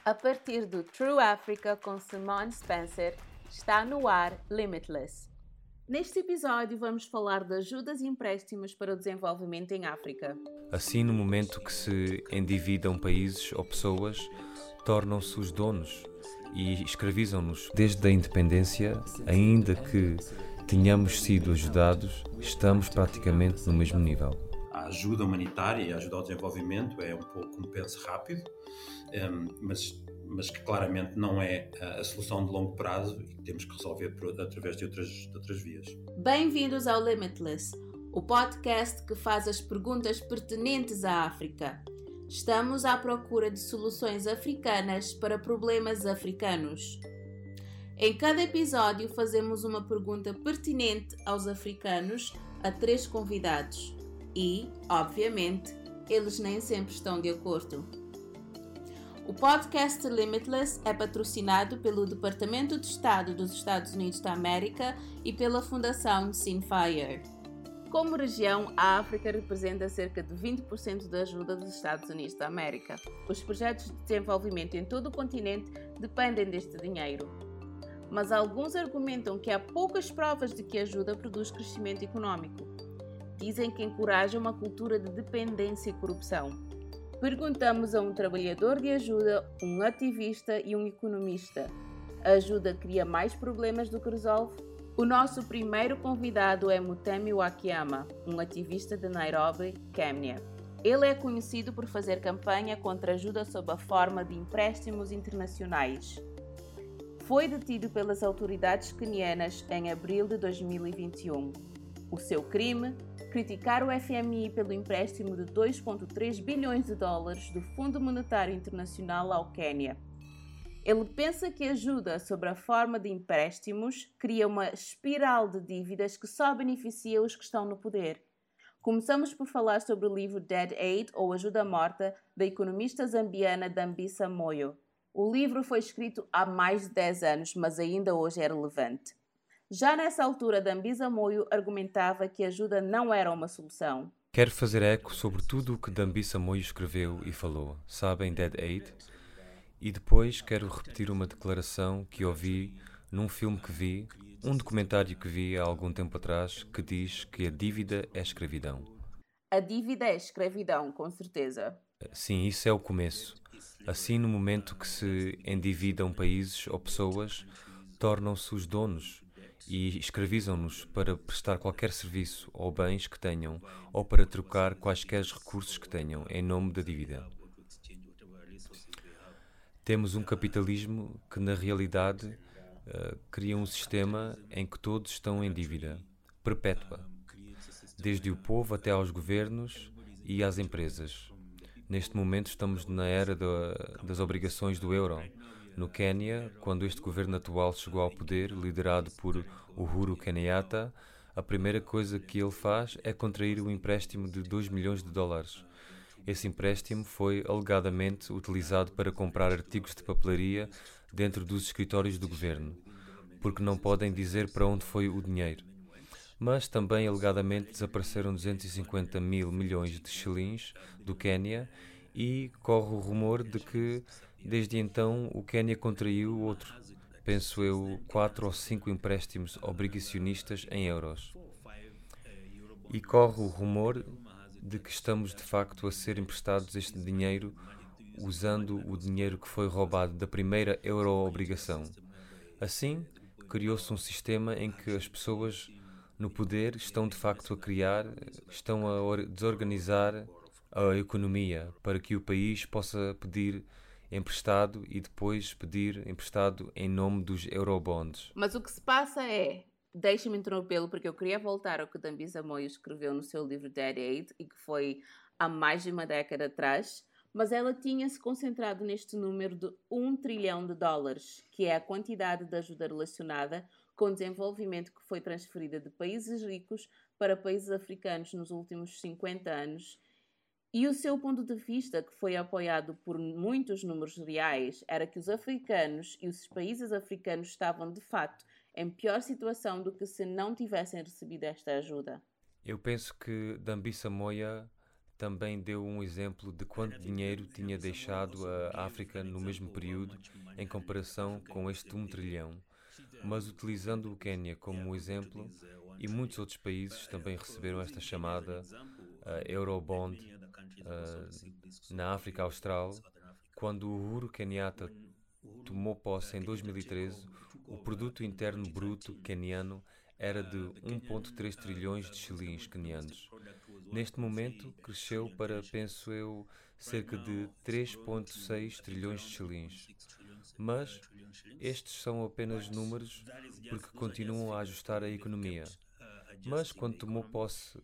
A partir do True Africa com Simone Spencer, está no ar Limitless. Neste episódio vamos falar de ajudas e empréstimos para o desenvolvimento em África. Assim, no momento que se endividam países ou pessoas, tornam-se os donos e escravizam-nos. Desde a independência, ainda que tenhamos sido ajudados, estamos praticamente no mesmo nível. A ajuda humanitária e a ajuda ao desenvolvimento é um pouco um penso rápido, mas que claramente não é a solução de longo prazo e que temos que resolver através de outras vias. Bem-vindos ao Limitless, o podcast que faz as perguntas pertinentes à África. Estamos à procura de soluções africanas para problemas africanos. Em cada episódio fazemos uma pergunta pertinente aos africanos a 3 convidados e, obviamente, eles nem sempre estão de acordo. O podcast Limitless é patrocinado pelo Departamento de Estado dos Estados Unidos da América e pela Fundação Sinfire. Como região, a África representa cerca de 20% da ajuda dos Estados Unidos da América. Os projetos de desenvolvimento em todo o continente dependem deste dinheiro. Mas alguns argumentam que há poucas provas de que a ajuda produz crescimento econômico. Dizem que encoraja uma cultura de dependência e corrupção. Perguntamos a um trabalhador de ajuda, um ativista e um economista. A ajuda cria mais problemas do que resolve? O nosso primeiro convidado é Mutemi Wakiyama, um ativista de Nairobi, Quênia. Ele é conhecido por fazer campanha contra ajuda sob a forma de empréstimos internacionais. Foi detido pelas autoridades quenianas em abril de 2021. O seu crime? Criticar o FMI pelo empréstimo de 2,3 bilhões de dólares do Fundo Monetário Internacional ao Quênia. Ele pensa que a ajuda sob a forma de empréstimos cria uma espiral de dívidas que só beneficia os que estão no poder. Começamos por falar sobre o livro Dead Aid, ou Ajuda Morta, da economista zambiana Dambisa Moyo. O livro foi escrito há mais de 10 anos, mas ainda hoje é relevante. Já nessa altura, Dambisa Moyo argumentava que a ajuda não era uma solução. Quero fazer eco sobre tudo o que Dambisa Moyo escreveu e falou. Sabem Dead Aid? E depois quero repetir uma declaração que ouvi num filme que vi, um documentário que vi há algum tempo atrás, que diz que a dívida é escravidão. A dívida é escravidão, com certeza. Sim, isso é o começo. Assim, no momento que se endividam países ou pessoas, tornam-se os donos e escravizam-nos para prestar qualquer serviço ou bens que tenham ou para trocar quaisquer recursos que tenham em nome da dívida. Temos um capitalismo que, na realidade, cria um sistema em que todos estão em dívida perpétua, desde o povo até aos governos e às empresas. Neste momento estamos na era das obrigações do euro. No Quênia, quando este governo atual chegou ao poder, liderado por Uhuru Kenyatta, a primeira coisa que ele faz é contrair um empréstimo de 2 milhões de dólares. Esse empréstimo foi alegadamente utilizado para comprar artigos de papelaria dentro dos escritórios do governo, porque não podem dizer para onde foi o dinheiro. Mas também alegadamente desapareceram 250 mil milhões de shillings do Quênia e corre o rumor de que desde então o Quênia contraiu outro, penso eu, 4 ou 5 empréstimos obrigacionistas em euros. E corre o rumor de que estamos de facto a ser emprestados este dinheiro usando o dinheiro que foi roubado da primeira euro-obrigação. Assim, criou-se um sistema em que as pessoas no poder estão de facto a criar, estão a desorganizar a economia para que o país possa pedir emprestado e depois pedir emprestado em nome dos eurobonds. Mas o que se passa é, deixe-me interrompê-lo porque eu queria voltar ao que Dambisa Moyo escreveu no seu livro Dead Aid e que foi há mais de uma década atrás, mas ela tinha-se concentrado neste número de 1 trilhão de dólares, que é a quantidade de ajuda relacionada com o desenvolvimento que foi transferida de países ricos para países africanos nos últimos 50 anos. E o seu ponto de vista, que foi apoiado por muitos números reais, era que os africanos e os países africanos estavam, de facto, em pior situação do que se não tivessem recebido esta ajuda. Eu penso que Dambisa Moyo também deu um exemplo de quanto dinheiro tinha deixado a África no mesmo período em comparação com este 1 trilhão. Mas utilizando o Quênia como exemplo, e muitos outros países também receberam esta chamada Eurobond na África Austral, quando o Uhuru Kenyatta tomou posse em 2013, o produto interno bruto queniano era de 1,3 trilhões de shillings quenianos. Neste momento, cresceu para, penso eu, cerca de 3,6 trilhões de shillings. Mas estes são apenas números porque continuam a ajustar a economia. Mas quando tomou posse,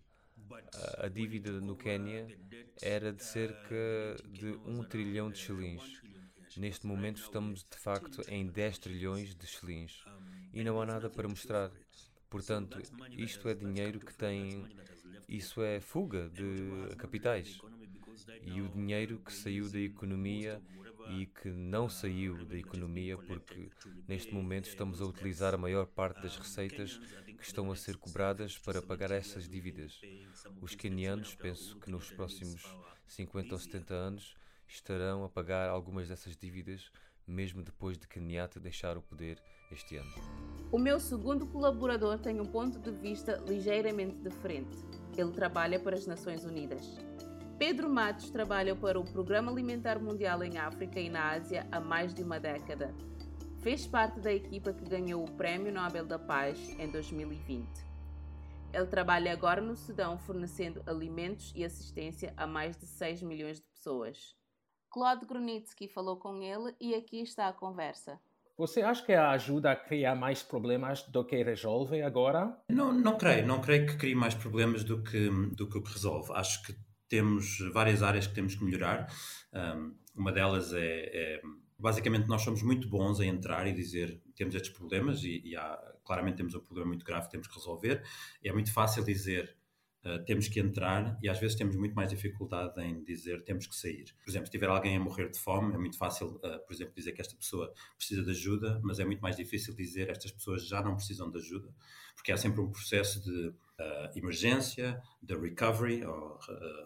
a dívida no Quênia era de cerca de 1 trilhão de shillings. Neste momento estamos de facto em 10 trilhões de shillings e não há nada para mostrar. Portanto, isto é dinheiro que tem... Isso é fuga de capitais. E o dinheiro que saiu da economia e que não saiu da economia porque neste momento estamos a utilizar a maior parte das receitas que estão a ser cobradas para pagar essas dívidas. Os quenianos, penso que nos próximos 50 ou 70 anos, estarão a pagar algumas dessas dívidas, mesmo depois de Kenyatta deixar o poder este ano. O meu segundo colaborador tem um ponto de vista ligeiramente diferente. Ele trabalha para as Nações Unidas. Pedro Matos trabalha para o Programa Alimentar Mundial em África e na Ásia há mais de uma década. Fez parte da equipa que ganhou o Prémio Nobel da Paz em 2020. Ele trabalha agora no Sudão fornecendo alimentos e assistência a mais de 6 milhões de pessoas. Claude Grunitzky falou com ele e aqui está a conversa. Você acha que ajuda a criar mais problemas do que resolve agora? Não creio que crie mais problemas do que o que resolve. Acho que temos várias áreas que temos que melhorar. Uma delas basicamente, nós somos muito bons a entrar e dizer temos estes problemas claramente temos um problema muito grave que temos que resolver. É muito fácil dizer temos que entrar e às vezes temos muito mais dificuldade em dizer temos que sair. Por exemplo, se tiver alguém a morrer de fome, é muito fácil, por exemplo, dizer que esta pessoa precisa de ajuda, mas é muito mais difícil dizer estas pessoas já não precisam de ajuda, porque há sempre um processo de emergência, de recovery, ou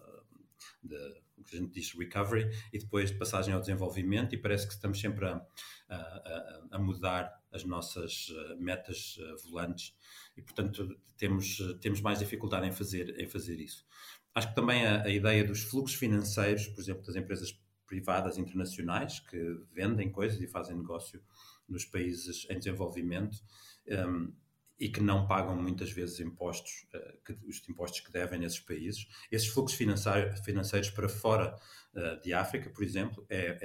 o que a gente diz recovery, e depois de passagem ao desenvolvimento, e parece que estamos sempre a mudar as nossas metas volantes e, portanto, temos mais dificuldade em fazer isso. Acho que também a ideia dos fluxos financeiros, por exemplo, das empresas privadas internacionais que vendem coisas e fazem negócio nos países em desenvolvimento e que não pagam muitas vezes impostos, os impostos que devem nesses países. Esses fluxos financeiros para fora de África, por exemplo,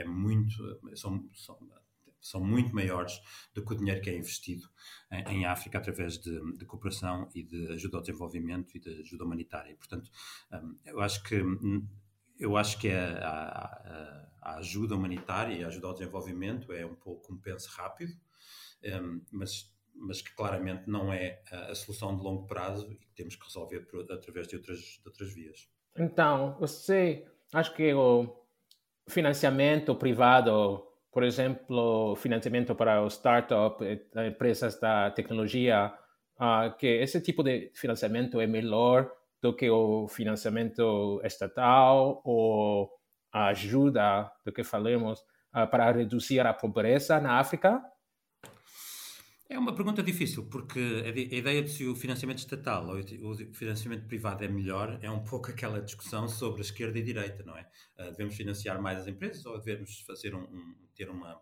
são muito maiores do que o dinheiro que é investido em África através de cooperação e de ajuda ao desenvolvimento e de ajuda humanitária. E, portanto, eu acho que a ajuda humanitária e a ajuda ao desenvolvimento é um pouco um penso rápido, mas que claramente não é a solução de longo prazo e que temos que resolver através de outras vias. Então, você acha que o financiamento privado, por exemplo, financiamento para os startups, empresas da tecnologia, que esse tipo de financiamento é melhor do que o financiamento estatal ou a ajuda do que falamos para reduzir a pobreza na África? É uma pergunta difícil, porque a ideia de se o financiamento estatal ou o financiamento privado é melhor é um pouco aquela discussão sobre a esquerda e a direita, não é? Devemos financiar mais as empresas ou devemos ter uma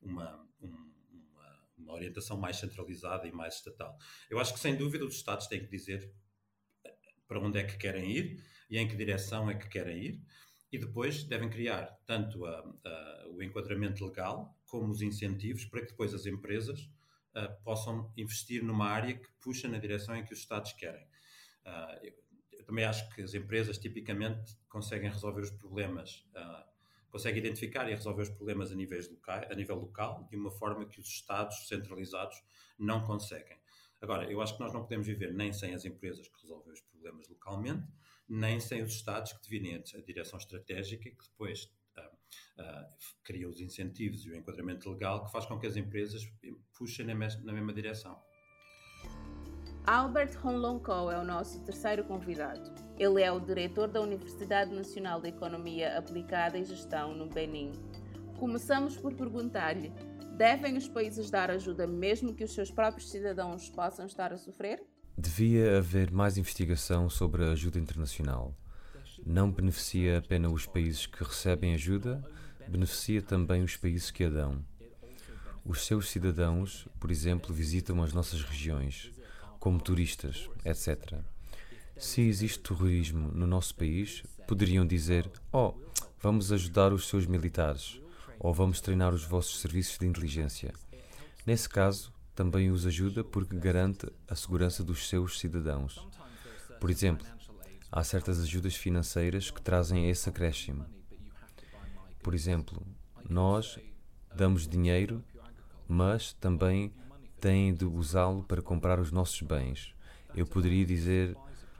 orientação mais centralizada e mais estatal? Eu acho que, sem dúvida, os Estados têm que dizer para onde é que querem ir e em que direção é que querem ir, e depois devem criar tanto o enquadramento legal como os incentivos para que depois as empresas possam investir numa área que puxa na direção em que os Estados querem. Eu também acho que as empresas tipicamente conseguem resolver os problemas, conseguem identificar e resolver os problemas a nível local de uma forma que os Estados centralizados não conseguem. Agora, eu acho que nós não podemos viver nem sem as empresas que resolvem os problemas localmente, nem sem os Estados que definem a direção estratégica e que depois cria os incentivos e o enquadramento legal que faz com que as empresas puxem na mesma direção. Albert Honlonko é o nosso terceiro convidado. Ele é o diretor da Universidade Nacional de Economia Aplicada e Gestão no Benin. Começamos por perguntar-lhe: devem os países dar ajuda mesmo que os seus próprios cidadãos possam estar a sofrer? Devia haver mais investigação sobre a ajuda internacional. Não beneficia apenas os países que recebem ajuda, beneficia também os países que a dão. Os seus cidadãos, por exemplo, visitam as nossas regiões, como turistas, etc. Se existe terrorismo no nosso país, poderiam dizer: vamos ajudar os seus militares, ou vamos treinar os vossos serviços de inteligência. Nesse caso, também os ajuda porque garante a segurança dos seus cidadãos. Por exemplo, há certas ajudas financeiras que trazem esse acréscimo. Por exemplo, nós damos dinheiro, mas também têm de usá-lo para comprar os nossos bens. Eu poderia dizer: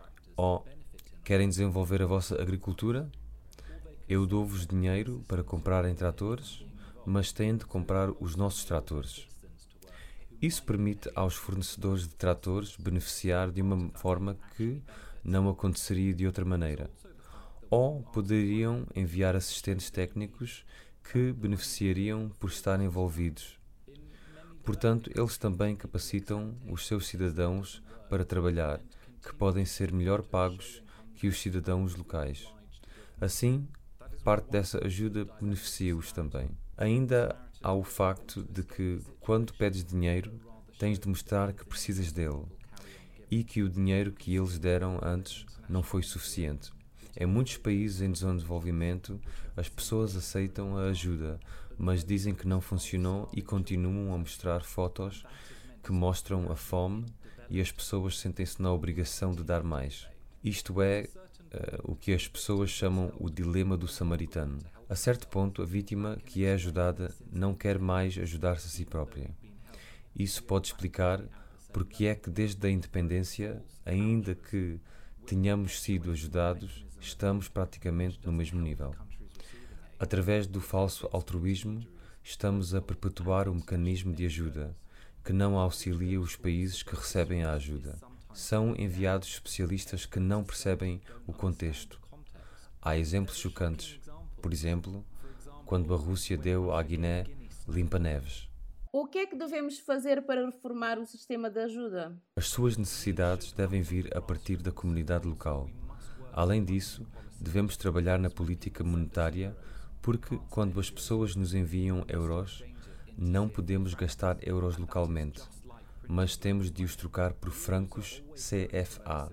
querem desenvolver a vossa agricultura? Eu dou-vos dinheiro para comprarem tratores, mas têm de comprar os nossos tratores. Isso permite aos fornecedores de tratores beneficiar de uma forma que não aconteceria de outra maneira. Ou poderiam enviar assistentes técnicos que beneficiariam por estarem envolvidos. Portanto, eles também capacitam os seus cidadãos para trabalhar, que podem ser melhor pagos que os cidadãos locais. Assim, parte dessa ajuda beneficia-os também. Ainda há o facto de que, quando pedes dinheiro, tens de mostrar que precisas dele e que o dinheiro que eles deram antes não foi suficiente. Em muitos países em desenvolvimento, as pessoas aceitam a ajuda, mas dizem que não funcionou e continuam a mostrar fotos que mostram a fome e as pessoas sentem-se na obrigação de dar mais. Isto é o que as pessoas chamam o dilema do samaritano. A certo ponto, a vítima que é ajudada não quer mais ajudar-se a si própria. Isso pode explicar porque é que desde a independência, ainda que tenhamos sido ajudados, estamos praticamente no mesmo nível. Através do falso altruísmo, estamos a perpetuar o mecanismo de ajuda, que não auxilia os países que recebem a ajuda. São enviados especialistas que não percebem o contexto. Há exemplos chocantes. Por exemplo, quando a Rússia deu à Guiné limpa-neves. O que é que devemos fazer para reformar o sistema de ajuda? As suas necessidades devem vir a partir da comunidade local. Além disso, devemos trabalhar na política monetária porque, quando as pessoas nos enviam euros, não podemos gastar euros localmente, mas temos de os trocar por francos CFA.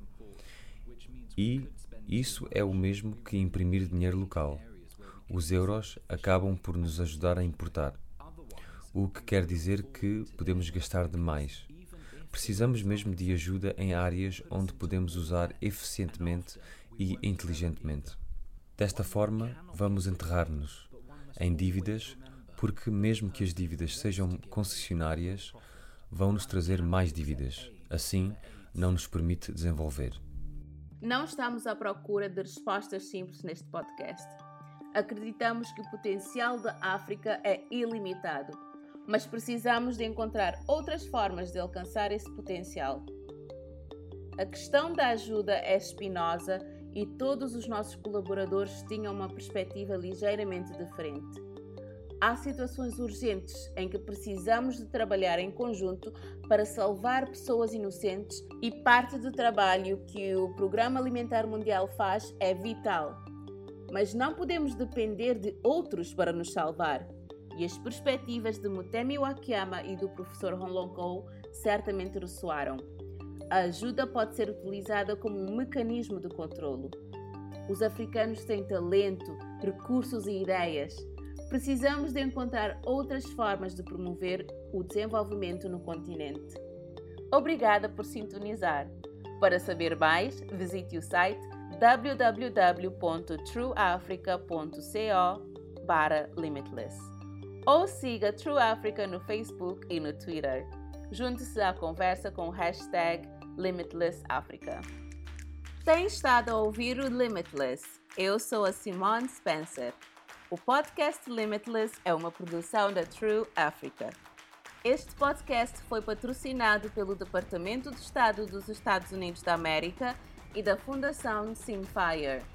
E isso é o mesmo que imprimir dinheiro local. Os euros acabam por nos ajudar a importar, o que quer dizer que podemos gastar demais. Precisamos mesmo de ajuda em áreas onde podemos usar eficientemente e inteligentemente. Desta forma, vamos enterrar-nos em dívidas, porque mesmo que as dívidas sejam concessionárias, vão nos trazer mais dívidas. Assim, não nos permite desenvolver. Não estamos à procura de respostas simples neste podcast. Acreditamos que o potencial da África é ilimitado, mas precisamos de encontrar outras formas de alcançar esse potencial. A questão da ajuda é espinhosa e todos os nossos colaboradores tinham uma perspectiva ligeiramente diferente. Há situações urgentes em que precisamos de trabalhar em conjunto para salvar pessoas inocentes e parte do trabalho que o Programa Alimentar Mundial faz é vital. Mas não podemos depender de outros para nos salvar. E as perspectivas de Mutemi Wakayama e do professor Honlonkou certamente ressoaram. A ajuda pode ser utilizada como um mecanismo de controlo. Os africanos têm talento, recursos e ideias. Precisamos de encontrar outras formas de promover o desenvolvimento no continente. Obrigada por sintonizar. Para saber mais, visite o site www.trueafrica.co/limitless ou siga True Africa no Facebook e no Twitter. Junte-se à conversa com o hashtag LimitlessAfrica. Tem estado a ouvir o Limitless. Eu sou a Simone Spencer. O podcast Limitless é uma produção da True Africa. Este podcast foi patrocinado pelo Departamento de Estado dos Estados Unidos da América e da Fundação Simfire.